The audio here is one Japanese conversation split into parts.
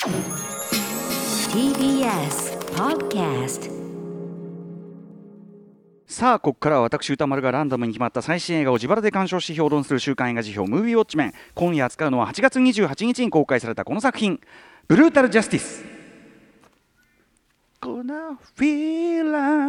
TBS Podcast。 さあここからは私歌丸がランダムに決まった最新映画を自腹で鑑賞し評論する週刊映画辞表ムービーウォッチメン。今夜扱うのは8月28日に公開されたこの作品、ブルータルジャスティス。Gonna feel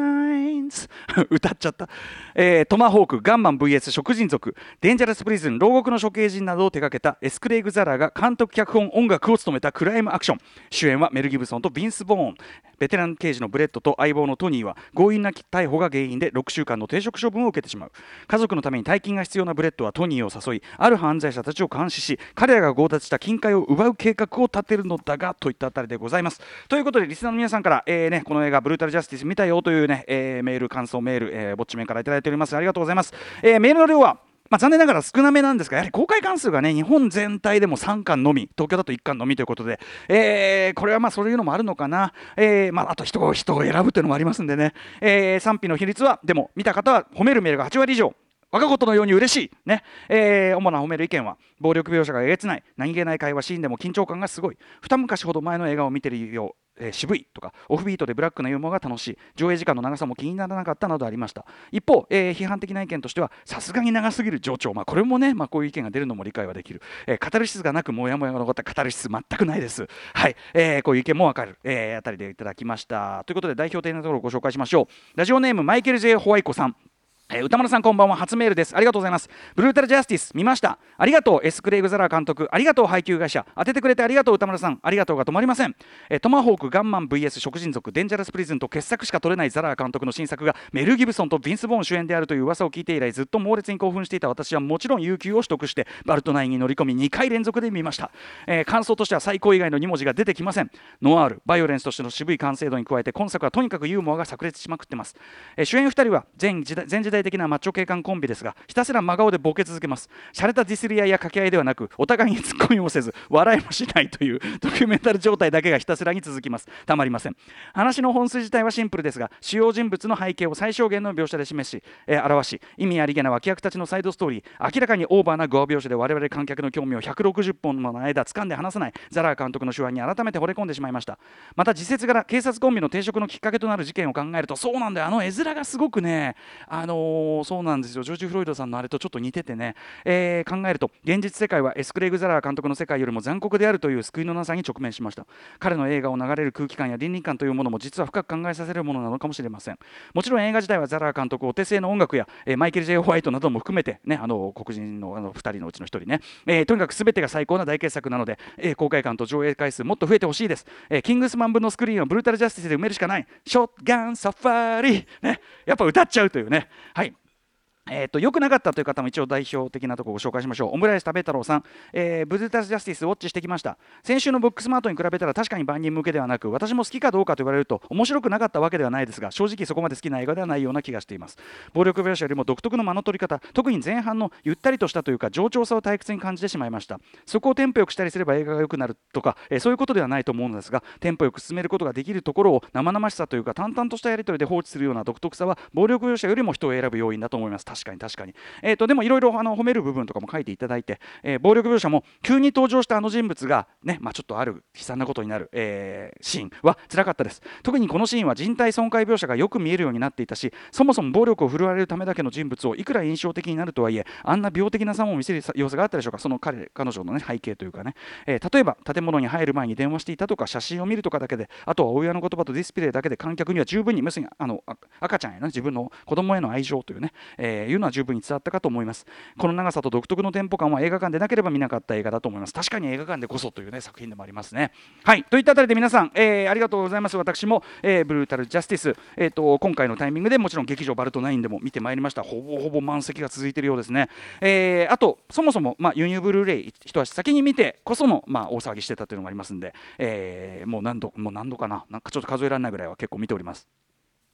lines 歌っちゃった、トマホーク、ガンマン vs 食人族、デンジャラスプリズン、牢獄の処刑人などを手掛けたエスクレイグ・ザラーが監督脚本音楽を務めたクライムアクション。主演はメル・ギブソンとビンス・ボーン。ベテラン刑事のブレッドと相棒のトニーは強引な逮捕が原因で6週間の停職処分を受けてしまう。家族のために大金が必要なブレッドはトニーを誘い、ある犯罪者たちを監視し、彼らが強奪した金塊を奪う計画を立てるのだがといったあたりでございます。ということでリスナーの皆さんから、この映画ブルータルジャスティス見たよというね、メール、感想メール、ぼっち面からいただいております。ありがとうございます。メールの量は残念ながら少なめなんですが、やはり公開関数がね日本全体でも3巻のみ、東京だと1巻のみということで、これはそういうのもあるのかな、あと人を選ぶというのもありますんでね、賛否の比率はでも見た方は褒めるメールが8割以上、我がことのように嬉しいね。主な褒める意見は、暴力描写がえげつない、何気ない会話シーンでも緊張感がすごい、二昔ほど前の映画を見てるよう渋いとか、オフビートでブラックなユーモアが楽しい、上映時間の長さも気にならなかったなどありました。一方、批判的な意見としては、さすがに長すぎる冗長、これもね、こういう意見が出るのも理解はできる、カタルシスがなくモヤモヤが残った。カタルシス全くないです。はい、こういう意見もわかる、あたりでいただきました。ということで代表的なところをご紹介しましょう。ラジオネームマイケル J. ホワイコさん。歌丸さんこんばんは。初メールです。ありがとうございます。ブルータルジャスティス見ました。ありがとうエスクレイグ・ザラー監督、ありがとう配給会社、当ててくれてありがとう歌丸さん、ありがとうが止まりません。トマホーク、ガンマン vs 食人族、デンジャラスプリズンと傑作しか撮れないザラー監督の新作がメル・ギブソンとヴィンス・ボーン主演であるという噂を聞いて以来、ずっと猛烈に興奮していた私はもちろん有給を取得してバルト9に乗り込み2回連続で見ました。感想としては最高以外の2文字が出てきません。ノワール、バイオレンスとしての渋い完成度に加えて今作はとにかくユーモアが炸裂しまくってます。主演2人は全時代的なマッチョ警官コンビですが、ひたすら真顔でボケ続けます。洒落たディスり合いや掛け合いではなく、お互いにツッコミもせず笑いもしないというドキュメンタル状態だけがひたすらに続きます。たまりません。話の本筋自体はシンプルですが、主要人物の背景を最小限の描写で示し、表し、意味ありげな脇役たちのサイドストーリー、明らかにオーバーなゴア描写で我々観客の興味を160本もの間掴んで離さないザラー監督の手腕に改めて惚れ込んでしまいました。また時節柄警察コンビの停職のきっかけとなる事件を考えると、そうなんだよ、絵面がすごくね、そうなんですよ、ジョージ・フロイドさんのあれとちょっと似ててね、考えると現実世界はエスクレイグ・ザラー監督の世界よりも残酷であるという救いのなさに直面しました。彼の映画を流れる空気感や倫理観というものも実は深く考えさせるものなのかもしれません。もちろん映画自体はザラー監督お手製の音楽や、マイケル・ J. ホワイトなども含めてね、黒人の2人のうちの1人ね、とにかく全てが最高な大傑作なので、公開感と上映回数もっと増えてほしいです。キングスマン分のスクリーンをブルータルジャスティスで埋めるしかない。ショットガンサファリ、ね、やっぱ歌っちゃうというね。はい、良くなかったという方も一応代表的なところをご紹介しましょう。オムライス食べ太郎さん、ブルータルジャスティスウォッチしてきました。先週のブックスマートに比べたら確かに万人向けではなく、私も好きかどうかと言われると面白くなかったわけではないですが、正直そこまで好きな映画ではないような気がしています。暴力描写よりも独特の間の取り方、特に前半のゆったりとしたというか冗長さを退屈に感じてしまいました。そこをテンポよくしたりすれば映画が良くなるとか、そういうことではないと思うのですが、テンポよく進めることができるところを生々しさというか淡々としたやり取りで放置するような独特さは暴力描写よりも人を選ぶ要因だと思います。確かに確かに。でもいろいろ褒める部分とかも書いていただいて、暴力描写も急に登場した人物がね、ちょっとある悲惨なことになる、シーンは辛かったです。特にこのシーンは人体損壊描写がよく見えるようになっていたし、そもそも暴力を振るわれるためだけの人物をいくら印象的になるとはいえ、あんな病的な様を見せる様子があったでしょうか。その彼女の、ね、背景というかね、例えば建物に入る前に電話していたとか、写真を見るとかだけで、あとは親の言葉とディスプレイだけで観客には十分に、要するに赤ちゃんへの自分の子供への愛情というね、いうのは十分に伝わったかと思います。この長さと独特のテンポ感は映画館でなければ見なかった映画だと思います。確かに映画館でこそという、ね、作品でもありますね。はい、といったあたりで皆さん、ありがとうございます。私も、ブルータルジャスティス、今回のタイミングでもちろん劇場バルト9でも見てまいりました。ほぼほぼ満席が続いているようですね。あとそもそも、輸入ブルーレイ一足先に見てこその、大騒ぎしてたというのもありますんで、もう何度かな、なんかちょっと数えられないぐらいは結構見ております。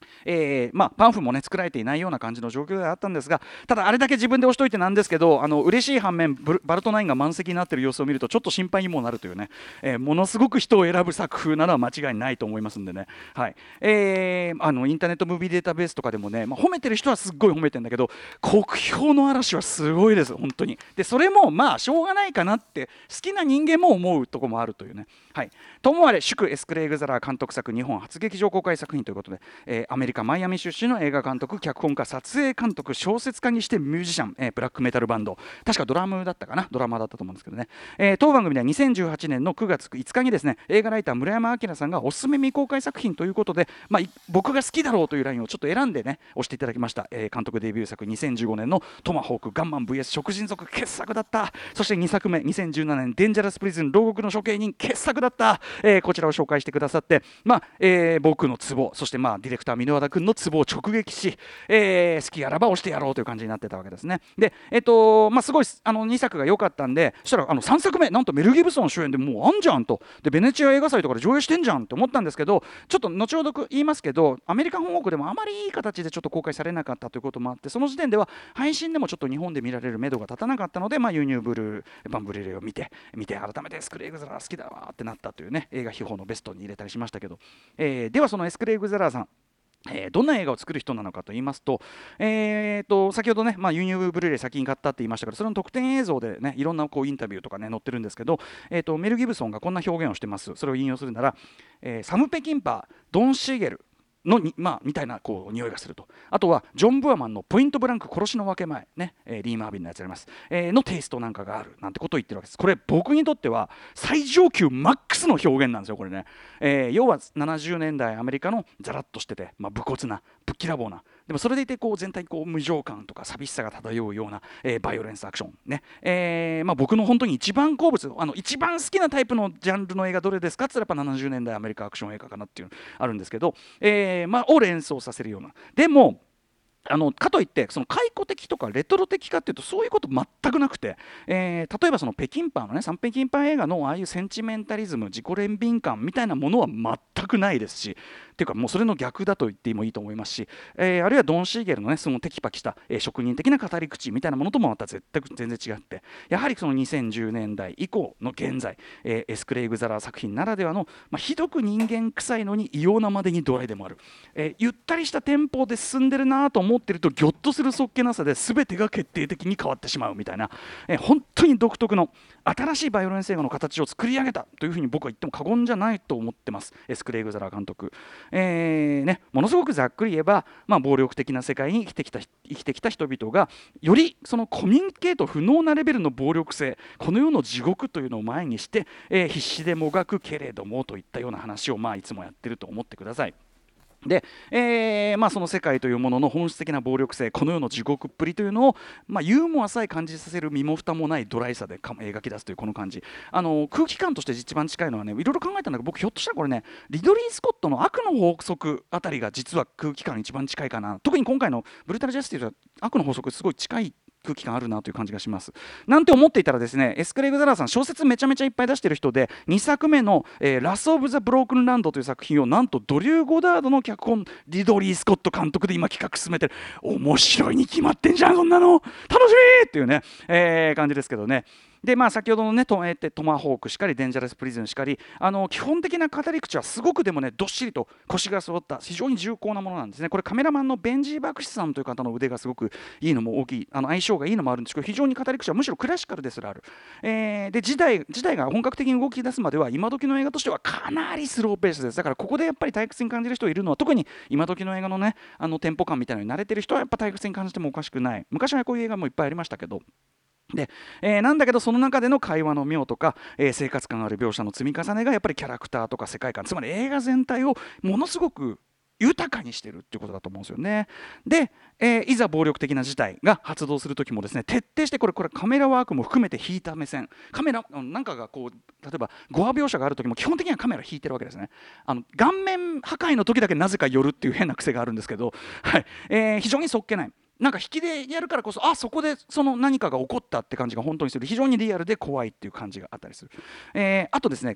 パンフもね作られていないような感じの状況ではあったんですが、ただあれだけ自分で押しといてなんですけど、嬉しい反面バルト9が満席になっている様子を見るとちょっと心配にもなるというね、ものすごく人を選ぶ作風なのは間違いないと思いますんでね、はい。インターネットムービーデータベースとかでもね、褒めてる人はすっごい褒めてるんだけど、酷評の嵐はすごいです本当に。でそれもまあしょうがないかなって好きな人間も思うところもあるというね、はい。ともあれ祝エスクレイグ・ザラー監督作日本初劇場公開作品ということで、アメリカマイアミ出身の映画監督、脚本家、撮影監督、小説家にしてミュージシャン、ブラックメタルバンド、確かドラムだったかな、ドラマーだったと思うんですけどね、当番組では2018年の9月5日にですね、映画ライター村山明さんがおすすめ未公開作品ということで、僕が好きだろうというラインをちょっと選んでね押していただきました。監督デビュー作2015年のトマホークガンマン VS 食人族傑作だった。そして2作目2017年デンジャラスプリズン牢獄の処刑人傑作だった。こちらを紹介してくださって、僕のツボ、そしてディレクター箕輪田君のツボを直撃し、好きあらば押してやろうという感じになってたわけですね。で、すごい2作が良かったんで、そしたら3作目なんとメル・ギブソン主演でもうあんじゃんと、でベネチア映画祭とかで上映してんじゃんって思ったんですけど、ちょっと後ほど言いますけど、アメリカ本国でもあまりいい形でちょっと公開されなかったということもあって、その時点では配信でもちょっと日本で見られる目処が立たなかったので、輸入ブルーレイを見て改めてエスクレイグ・ザラー好きだわってなったというね、映画秘宝のベストに入れたりしましたけど、ではそのエスクレイグ・ザラーさん、どんな映画を作る人なのかと言いますと、先ほどね、輸入ブルーレイ先に買ったって言いましたけど、それの特典映像でねいろんなインタビューとかね載ってるんですけど、メル・ギブソンがこんな表現をしてます。それを引用するなら、サム・ペキンパー、ドン・シーゲルのみたいな匂いがすると。あとはジョン・ブアマンのポイントブランク殺しの分け前ね、リー・マービンのやつあります、のテイストなんかがあるなんてことを言ってるわけです。これ僕にとっては最上級マックスの表現なんですよこれね。要は70年代アメリカのザラッとしてて、武骨なぶっきらぼうな、でもそれでいて全体に無情感とか寂しさが漂うような、バイオレンスアクションね、僕の本当に一番好物、一番好きなタイプのジャンルの映画どれですかって言ったらやっぱ70年代アメリカアクション映画かなっていうのあるんですけど、を連想させるような。でもかといってその回顧的とかレトロ的かっていうとそういうこと全くなくて、例えばその北京パーのねサン北京パー映画のああいうセンチメンタリズム、自己憐憫感みたいなものは全くないですし、っていうかもうそれの逆だと言ってもいいと思いますし、あるいはドン・シーゲルのねそのテキパキした、職人的な語り口みたいなものともまた全然違って、やはりその2010年代以降の現在、エスクレイグ・ザラー作品ならではの、ひどく人間臭いのに異様なまでにドライでもある、ゆったりしたテンポで進んでるなと思ってるとギョッとするそっけなさで全てが決定的に変わってしまうみたいな、本当に独特の新しいバイオレンス映画の形を作り上げたというふうに僕は言っても過言じゃないと思ってます、エスクレイグ・ザラー監督。ものすごくざっくり言えば、暴力的な世界に生きてきた人々がよりそのコミュニケート不能なレベルの暴力性、この世の地獄というのを前にして、必死でもがくけれどもといったような話をいつもやってると思ってください。で、その世界というものの本質的な暴力性、この世の地獄っぷりというのを、ユーモアさえ感じさせる身も蓋もないドライさで描き出すというこの感じ、空気感として一番近いのはね、いろいろ考えたんだけど、僕ひょっとしたらこれねリドリー・スコットの悪の法則あたりが実は空気感一番近いかな。特に今回のブルータル・ジャスティスは悪の法則すごい近い空気感あるなという感じがしますなんて思っていたらですね、エスクレイグ・ザラーさん小説めちゃめちゃいっぱい出してる人で、2作目の、ラス・オブ・ザ・ブロークン・ランドという作品をなんとドリュー・ゴダードの脚本リドリー・スコット監督で今企画進めてる。面白いに決まってんじゃんそんなの、楽しみっていうね、感じですけどね。で先ほどのねトマホークしかりデンジャラスプリズンしかり、基本的な語り口はすごくでもねどっしりと腰が据わった非常に重厚なものなんですね。これカメラマンのベンジー・バクシさんという方の腕がすごくいいのも大きい、相性がいいのもあるんですけど、非常に語り口はむしろクラシカルですらある、で時代が本格的に動き出すまでは今時の映画としてはかなりスローペースです。だからここでやっぱり退屈に感じる人がいるのは、特に今時の映画のねテンポ感みたいなのに慣れてる人はやっぱ退屈に感じてもおかしくない。昔はこういう映画もいっぱいありましたけど、でなんだけどその中での会話の妙とか、生活感ある描写の積み重ねがやっぱりキャラクターとか世界観、つまり映画全体をものすごく豊かにしてるっていうことだと思うんですよね。で、いざ暴力的な事態が発動する時もですね、徹底してこれカメラワークも含めて引いた目線、カメラなんかが例えばゴア描写がある時も基本的にはカメラ引いてるわけですね。顔面破壊の時だけなぜか寄るっていう変な癖があるんですけど、はい非常にそっけない、なんか引きでやるからこそそこでその何かが起こったって感じが本当にする、非常にリアルで怖いっていう感じがあったりする、あとですね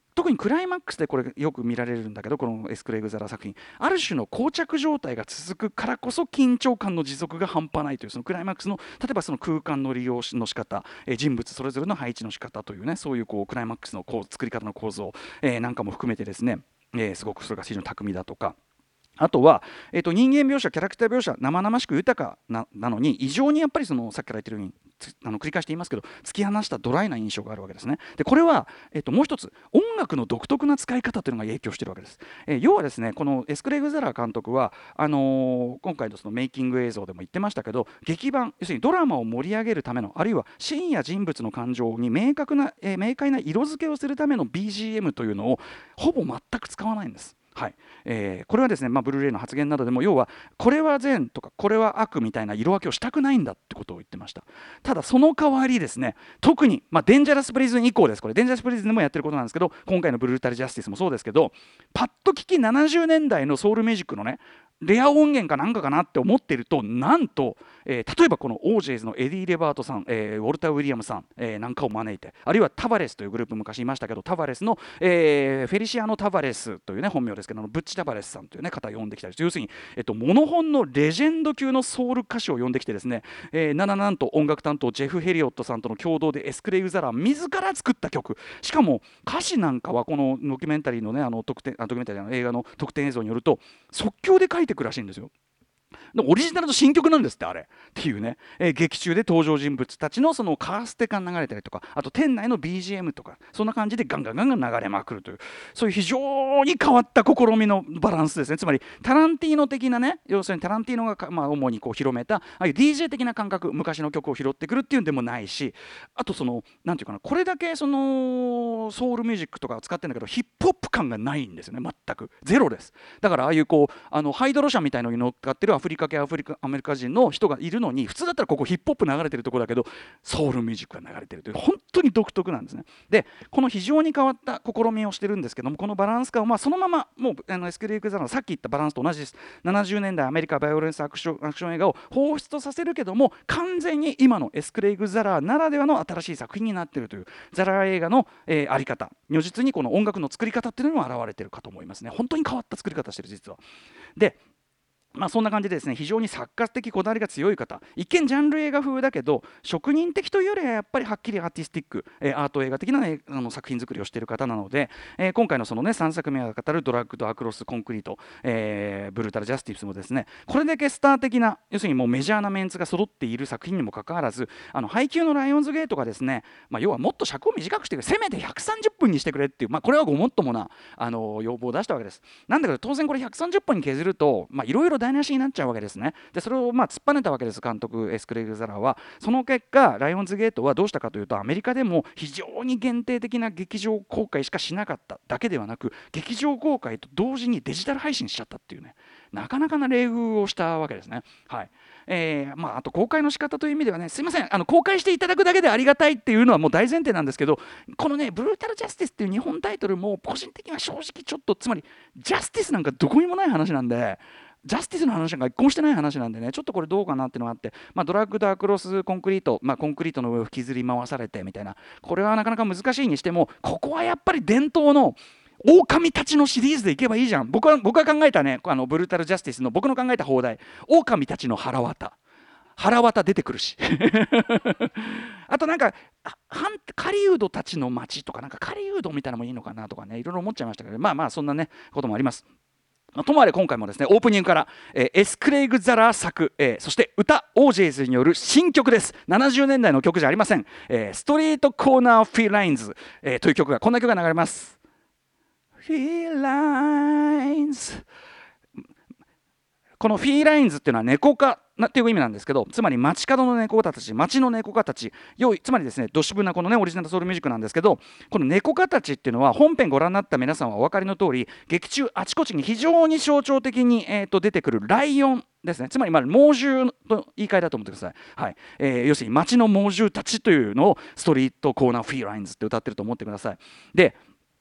特にクライマックスでこれよく見られるんだけど、このエスクレイグ・ザラ作品、ある種の膠着状態が続くからこそ緊張感の持続が半端ないという、そのクライマックスの例えばその空間の利用の仕方、人物それぞれの配置の仕方というね、そういうこうクライマックスの作り方の構造、なんかも含めてですね、すごくそれが非常に巧みだとか。あとは、人間描写、キャラクター描写、生々しく豊かなのに、異常にやっぱりそのさっきから言ってるように繰り返して言いますけど、突き放したドライな印象があるわけですね。でこれは、もう一つ音楽の独特な使い方というのが影響しているわけです。要はですね、このエスクレイグ・ザラー監督は今回のそのメイキング映像でも言ってましたけど、劇版、要するにドラマを盛り上げるための、あるいはシーンや人物の感情に明快な色付けをするための BGM というのをほぼ全く使わないんです。はい、これはですね、ブルーレイの発言などでも、要はこれは善とかこれは悪みたいな色分けをしたくないんだってことを言ってました。ただその代わりですね、特に、デンジャラスプリズン以降です。これデンジャラスプリズンでもやってることなんですけど、今回のブルータルジャスティスもそうですけど、パッと聞き70年代のソウルミュージックのねレア音源かなんかかなって思っていると、なんと、例えばこのオージェイズのエディ・レバートさん、ウォルター・ウィリアムさん、なんかを招いて、あるいはタバレスというグループ昔いましたけど、タバレスの、フェリシアノ・タバレスというね本名ですけど、ブッチ・タバレスさんというね方を呼んできたりして、要するに、モノホンのレジェンド級のソウル歌手を呼んできてですね、なんと音楽担当ジェフ・ヘリオットさんとの共同でエスクレイグ・ザラー自ら作った曲、しかも歌詞なんかはこのドキュメンタリーのねドキュメンタリーの映画の特典映像によると即興で書いてくらしいんですよ。オリジナルの新曲なんですってあれっていうね、劇中で登場人物たちのそのカーステが流れたりとか、あと店内の BGM とかそんな感じでガンガン流れまくるという、そういう非常に変わった試みのバランスですね。つまりタランティーノ的なね、要するにタランティーノが主にこう広めたああいう DJ 的な感覚、昔の曲を拾ってくるっていうんでもないし、あとそのなんていうかな、これだけそのソウルミュージックとかを使ってるんだけどヒップホップ感がないんですよね。全くゼロです。だからああいうこうハイドロ車みたいのに乗っかってるアメリカ人の人がいるのに、普通だったらここヒップホップ流れてるところだけどソウルミュージックが流れてるという本当に独特なんですね。でこの非常に変わった試みをしてるんですけども、このバランス感はそのままもうエスクレイグ・ザラのさっき言ったバランスと同じです。70年代アメリカバイオレンスアクション映画を彷彿とさせるけども、完全に今のエスクレイグ・ザラならではの新しい作品になっているというザラ映画の、あり方、如実にこの音楽の作り方っていうのも表れているかと思いますね。本当に変わった作り方してる実は。でそんな感じでですね、非常に作家的こだわりが強い方、一見ジャンル映画風だけど職人的というよりはやっぱりはっきりアーティスティック、アート映画的な、作品作りをしている方なので、今回のそのね3作目が語るドラッグとアクロスコンクリート、ブルータルジャスティスもですね、これだけスター的な、要するにもうメジャーなメンツが揃っている作品にもかかわらず、配給のライオンズゲートがですね、要はもっと尺を短くしてくれ、せめて130分にしてくれっていう、これはごもっともな要望を出したわけです。なんだけど当然これ130分に削るといろいろ台無しになっちゃうわけですね。でそれを突っぱねたわけです監督エスクレイグ・ザラーは。その結果ライオンズゲートはどうしたかというと、アメリカでも非常に限定的な劇場公開しかしなかっただけではなく、劇場公開と同時にデジタル配信しちゃったっていうね、なかなかな冷遇をしたわけですね。はい。あと公開の仕方という意味ではね、すいません、公開していただくだけでありがたいっていうのはもう大前提なんですけど、このねブルータルジャスティスっていう日本タイトルも個人的には正直ちょっと、つまりジャスティスなんかどこにもない話なんで、ジャスティスの話なんか一個もしてない話なんでね、ちょっとこれどうかなっていうのがあって、ドラッグとアクロスコンクリート、コンクリートの上を引きずり回されてみたいな、これはなかなか難しいにしても、ここはやっぱり伝統の狼たちのシリーズでいけばいいじゃん。僕は考えたね、ブルータルジャスティスの僕の考えた放題、狼たちの腹渡出てくるしあとなんか狩人たちの町とか、なんか狩人みたいなのもいいのかなとかね、いろいろ思っちゃいましたけど、そんなねこともあります。ともあれ今回もですね、オープニングからエスクレイグ・ザラー作、そして歌オージェイズによる新曲です。70年代の曲じゃありません。ストリートコーナーフィーラインズ、という曲が、こんな曲が流れます。フィーラインズ、このフィーラインズっていうのは猫科っていう意味なんですけど、つまり街角の猫たち、街の猫たち、つまりですね、ドシブなこのねオリジナルソウルミュージックなんですけど、この猫たちっていうのは本編ご覧になった皆さんはお分かりの通り、劇中あちこちに非常に象徴的に、出てくるライオンですね。つまり猛獣と言い換えだと思ってください。はい。要するに街の猛獣たちというのをストリートコーナーフィーラインズって歌ってると思ってください。で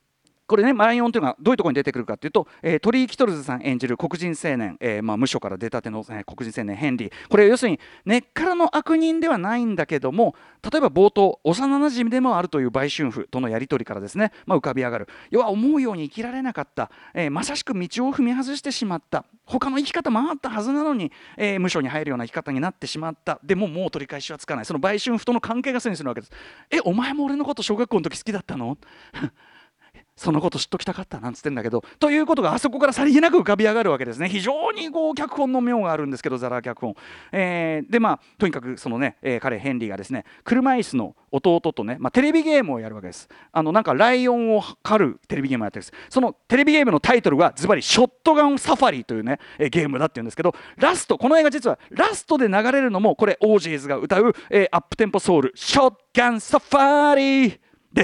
これね、ライオンというのはどういうところに出てくるかというと、鳥居キトルズさん演じる黒人青年、無所から出たての、黒人青年ヘンリー、これ要するに根っからの悪人ではないんだけども、例えば冒頭幼なじみでもあるという売春婦とのやり取りからですね、浮かび上がる、要は思うように生きられなかった、まさしく道を踏み外してしまった、他の生き方もあったはずなのに、無所に入るような生き方になってしまった、でももう取り返しはつかない、その売春婦との関係がするわけです。お前も俺のこと小学校の時好きだったのそのこと知っときたかったなんつってんだけど、ということがあそこからさりげなく浮かび上がるわけですね。非常に脚本の妙があるんですけど、ザラー脚本、でとにかくそのね、彼ヘンリーがですね、車椅子の弟とね、テレビゲームをやるわけです。なんかライオンを狩るテレビゲームをやってるんです。そのテレビゲームのタイトルはズバリショットガンサファリというね、ゲームだっていうんですけど、ラスト、この映画実はラストで流れるのもこれオージーズが歌う、アップテンポソウルショットガンサファリです。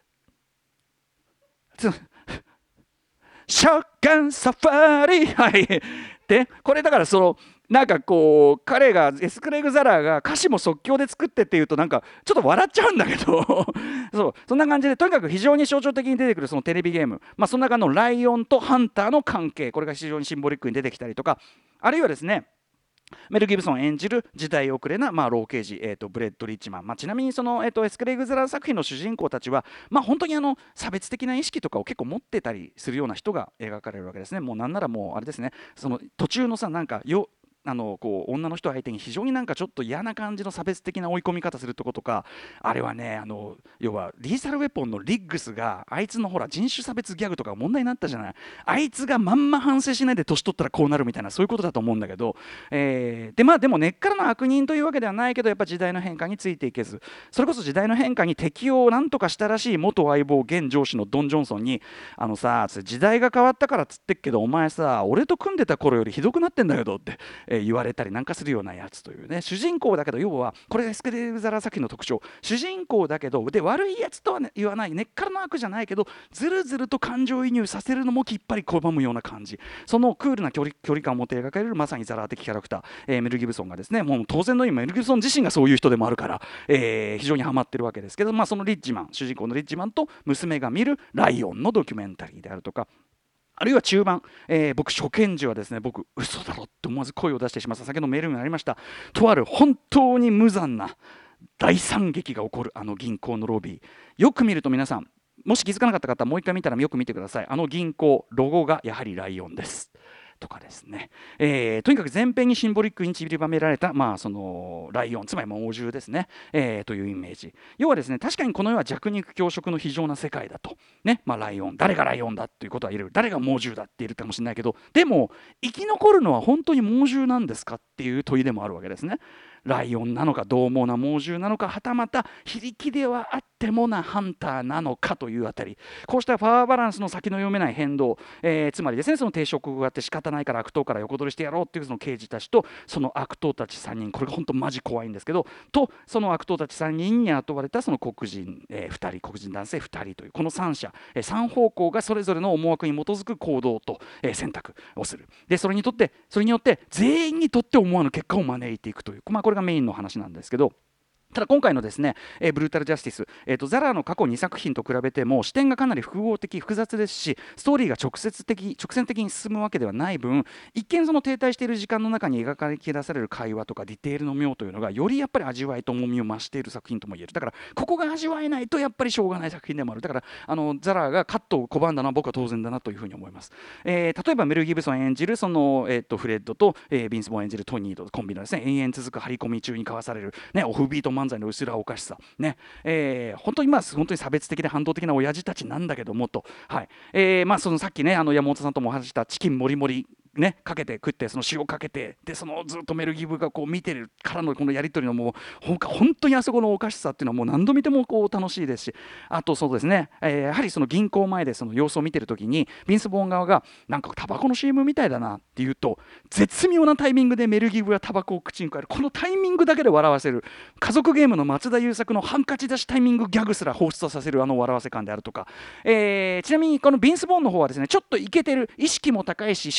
ショットガンサファリ、はい、でこれだからなんかこう彼がエスクレイグ・ザラーが歌詞も即興で作ってっていうとなんかちょっと笑っちゃうんだけどそんな感じでとにかく非常に象徴的に出てくるそのテレビゲーム、その中のライオンとハンターの関係、これが非常にシンボリックに出てきたりとか、あるいはですね、メル・ギブソン演じる時代遅れな、老刑事、ブレッド・リッチマン、ちなみにその、エスクレイグ・ザラー作品の主人公たちは、本当に差別的な意識とかを結構持ってたりするような人が描かれるわけですね。もうなんならもうあれですね、その途中のさ、なんかこう女の人相手に非常になんかちょっと嫌な感じの差別的な追い込み方するとことか、あれはね、要はリーサルウェポンのリッグスがあいつのほら人種差別ギャグとか問題になったじゃない。あいつがまんま反省しないで年取ったらこうなるみたいな、そういうことだと思うんだけど、でも根っからの悪人というわけではないけど、やっぱ時代の変化についていけず、それこそ時代の変化に適応をなんとかしたらしい元相棒現上司のドン・ジョンソンに、時代が変わったからっつってっけどお前さ俺と組んでた頃よりひどくなってんだけどって、言われたりなんかするようなやつというね、主人公だけど、要はこれエスクレイグ・ザラー作品の特徴、主人公だけどで悪いやつとは、言わない、根っからの悪じゃないけどずるずると感情移入させるのもきっぱり拒むような感じ、そのクールな距離感を持って描かれるまさにザラー的キャラクター、メル・ギブソンがですね、もう当然の意味メル・ギブソン自身がそういう人でもあるから、非常にハマってるわけですけど、そのリッジマン、主人公のリッジマンと娘が見るライオンのドキュメンタリーであるとか、あるいは中盤、僕初見時はですね、僕嘘だろって思わず声を出してしまった、先ほどメールにありましたとある本当に無残な大惨劇が起こる銀行のロビー、よく見ると皆さんもし気づかなかった方もう一回見たらよく見てください。銀行ロゴがやはりライオンですとかですね、とにかく前編にシンボリックに散りばめられた、そのライオン、つまり猛獣ですね、というイメージ、要はですね、確かにこの世は弱肉強食の非常な世界だと、ね、ライオン、誰がライオンだということは言える、誰が猛獣だって言えるかもしれないけど、でも生き残るのは本当に猛獣なんですかっていう問いでもあるわけですね。ライオンなのか獰猛な猛獣なのか、はたまた非力ではあってもなハンターなのかというあたり、こうしたパワーバランスの先の読めない変動、つまりですね、その定職があって仕方ないから悪党から横取りしてやろうっていうその刑事たちとその悪党たち3人、これが本当マジ怖いんですけど、とその悪党たち3人に雇われたその黒人、2人、黒人男性2人というこの3者、3方向がそれぞれの思惑に基づく行動と、選択をする。でそれによって全員にとって思わぬ結果を招いていくという、これがメインの話なんですけど、ただ今回のですね、ブルータルジャスティス、ザラーの過去2作品と比べても視点がかなり複合的複雑ですし、ストーリーが直線的に進むわけではない分、一見その停滞している時間の中に描かれ出される会話とかディテールの妙というのがよりやっぱり味わいと重みを増している作品とも言える。だからここが味わえないとやっぱりしょうがない作品でもある。だからザラーがカットを拒んだのは僕は当然だなというふうに思います。例えばメル・ギブソン演じるその、フレッドと、ビンス・ボーン演じるトニーとコンビのですね、延々続く張り込み中に交わされる、ね、オフビート漫才の薄らおかしさ、ね、本当に差別的で反動的な親父たちなんだけどもと、はい、そのさっきね山本さんともお話したチキンもりもりね、かけて食って、その塩かけて、でそのずっとメルギブがこう見てるからのこのやり取りのもう本当にあそこのおかしさっていうのはもう何度見てもこう楽しいですし、あとそうですね、やはりその銀行前でその様子を見てる時にビンス・ボーン側がなんかタバコの CM みたいだなって言うと、絶妙なタイミングでメルギブがタバコを口に加える、このタイミングだけで笑わせる、家族ゲームの松田優作のハンカチ出しタイミングギャグすら放出させる笑わせ感であるとか、ちなみにこのビンス・ボーンの方はですね、ちょっとイケてる、意識も高いし収入も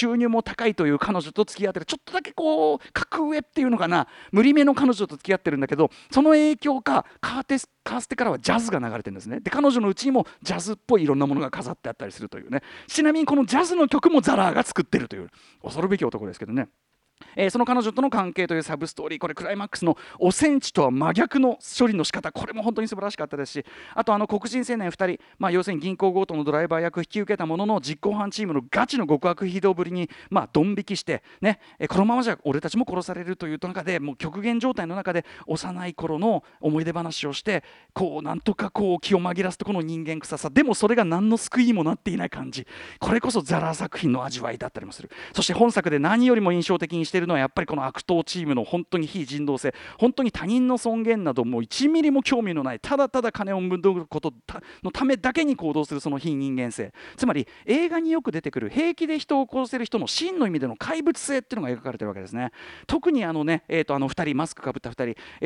高いという彼女と付き合ってる、ちょっとだけこう格上っていうのかな、無理めの彼女と付き合ってるんだけど、その影響かカーステからはジャズが流れてるんですね。で彼女のうちにもジャズっぽいいろんなものが飾ってあったりするというね。ちなみにこのジャズの曲もザラーが作ってるという恐るべき男ですけどね。その彼女との関係というサブストーリー、これクライマックスのおセンチとは真逆の処理の仕方、これも本当に素晴らしかったですし、あと黒人青年2人、要するに銀行強盗のドライバー役を引き受けたものの実行犯チームのガチの極悪非道ぶりにドン引きしてね、このままじゃ俺たちも殺されるという中で、もう極限状態の中で幼い頃の思い出話をして、こうなんとかこう気を紛らすとこの人間臭さでも、それが何の救いにもなっていない感じ、これこそザラー作品の味わいだったりもする。そして本作で何よりも印象的にしているのはやっぱりこの悪党チームの本当に非人道性、本当に他人の尊厳などもう1ミリも興味のない、ただただ金を生むことのためだけに行動するその非人間性、つまり映画によく出てくる平気で人を殺せる人の真の意味での怪物性っていうのが描かれてるわけですね。特に2人マスクかぶった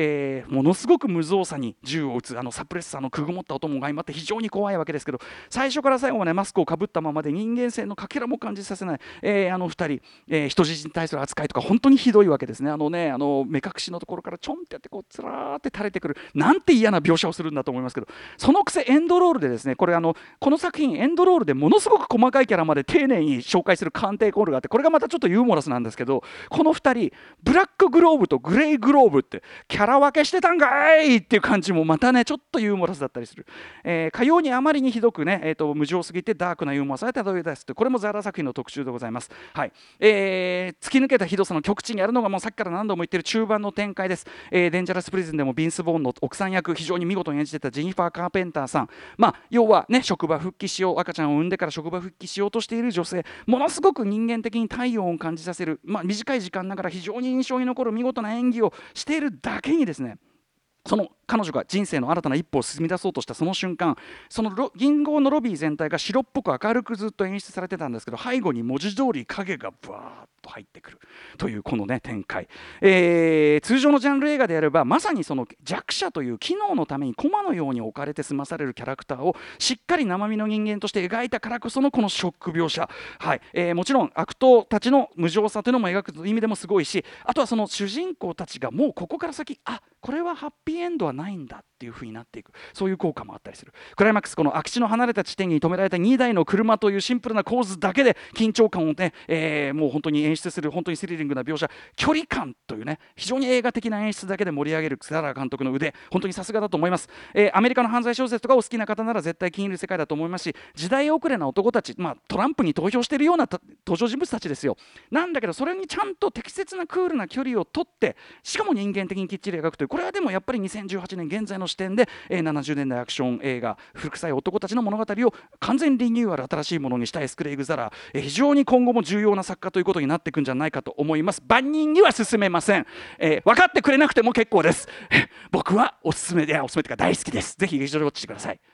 2人、ものすごく無造作に銃を撃つサプレッサーのくぐもった音も相まって非常に怖いわけですけど、最初から最後までマスクをかぶったままで人間性のかけらも感じさせない、2人、人質に対する扱いとか本当にひどいわけですね。目隠しのところからちょんってやってこうつらーって垂れてくる、なんて嫌な描写をするんだと思いますけど、そのくせエンドロールでですね、この作品エンドロールでものすごく細かいキャラまで丁寧に紹介する鑑定コールがあって、これがまたちょっとユーモラスなんですけど、この2人ブラックグローブとグレイグローブってキャラ分けしてたんかいっていう感じもまたねちょっとユーモラスだったりする。かようにあまりにひどくね、無情すぎてダークなユーモラスがたどり出すという、これもザラ作品の特集でございます。はい、突き抜けたひどさの極致にあるのがもうさっきから何度も言ってる中盤の展開です。デンジャラスプリズンでもビンス・ボーンの奥さん役非常に見事に演じてたジェニファー・カーペンターさん、要はね職場復帰しよう、赤ちゃんを産んでから職場復帰しようとしている女性、ものすごく人間的に体温を感じさせる、短い時間ながら非常に印象に残る見事な演技をしているだけにですね、その彼女が人生の新たな一歩を進み出そうとしたその瞬間、その銀行のロビー全体が白っぽく明るくずっと演出されてたんですけど、背後に文字通り影がバーッと入ってくるというこのね展開、通常のジャンル映画であればまさにその弱者という機能のために駒のように置かれて済まされるキャラクターをしっかり生身の人間として描いたからこそのこのショック描写、もちろん悪党たちの無情さというのも描く意味でもすごいし、あとはその主人公たちがもうここから先これはハッピーエンドはないんだっていう風になっていく、そういう効果もあったりする。クライマックス、この空き地の離れた地点に止められた2台の車というシンプルな構図だけで緊張感をね、もう本当に演出する本当にスリリングな描写、距離感というね非常に映画的な演出だけで盛り上げるザラ監督の腕、本当にさすがだと思います。アメリカの犯罪小説とかを好きな方なら絶対気に入る世界だと思いますし、時代遅れな男たち、トランプに投票しているような登場人物たちですよ。なんだけどそれにちゃんと適切なクールな距離をとって、しかも人間的にきっちり描くという、これはでもやっぱり2018年現在の視点で、70年代アクション映画古臭い男たちの物語を完全リニューアル、新しいものにしたエスクレイグ・ザラー、非常に今後も重要な作家ということになっていくんじゃないかと思います。万人には勧めません。分かってくれなくても結構です。僕はおすすめというか大好きです。ぜひ劇場でウォッチしてください。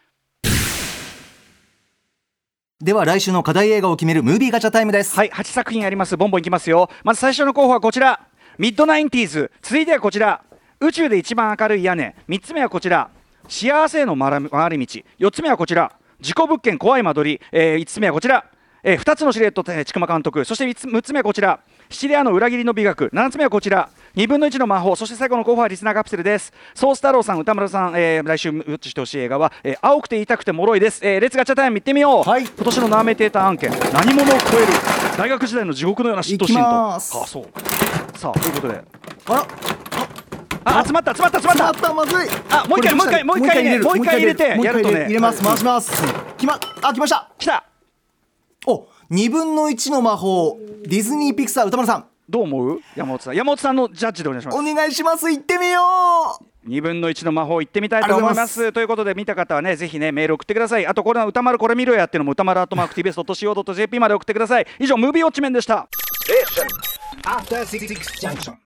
では来週の課題映画を決めるムービーガチャタイムです。 はい、8作品あります。ボンボンいきますよ。まず最初の候補はこちら、ミッドナインティーズ。続いてはこちら、宇宙で一番明るい屋根。3つ目はこちら、幸せへの回り道。4つ目はこちら、事故物件怖い間取り。5つ目はこちら、2つのシルエット千曲監督。そして6つ目はこちら、シチリアの裏切りの美学。7つ目はこちら、2分の1の魔法。そして最後の候補はリスナーカプセルです。ソース太郎さん、歌丸さん、来週ウォッチしてほしい映画は、青くて痛くて脆いです。レッツガチャタイムいってみよう。はい、今年のナーメーテーター案件、何者を超える大学時代の地獄のような嫉妬シーンと。そうさあということで、集まったまずい。 もう一回入れてやるとね、 入れます。回します。来ました。 来た。 2分の1の魔法、ディズニーピクサー。歌丸さんどう思う？山本さんのジャッジでお願いします。 お願いします。行ってみよう。 2分の1の魔法行ってみたいと思います。ということで見た方はねぜひねメール送ってください。あとこれ歌丸これ見ろやっていうのも歌丸@tbs.co.jp まで送ってください。以上ムービーウォッチメンでした。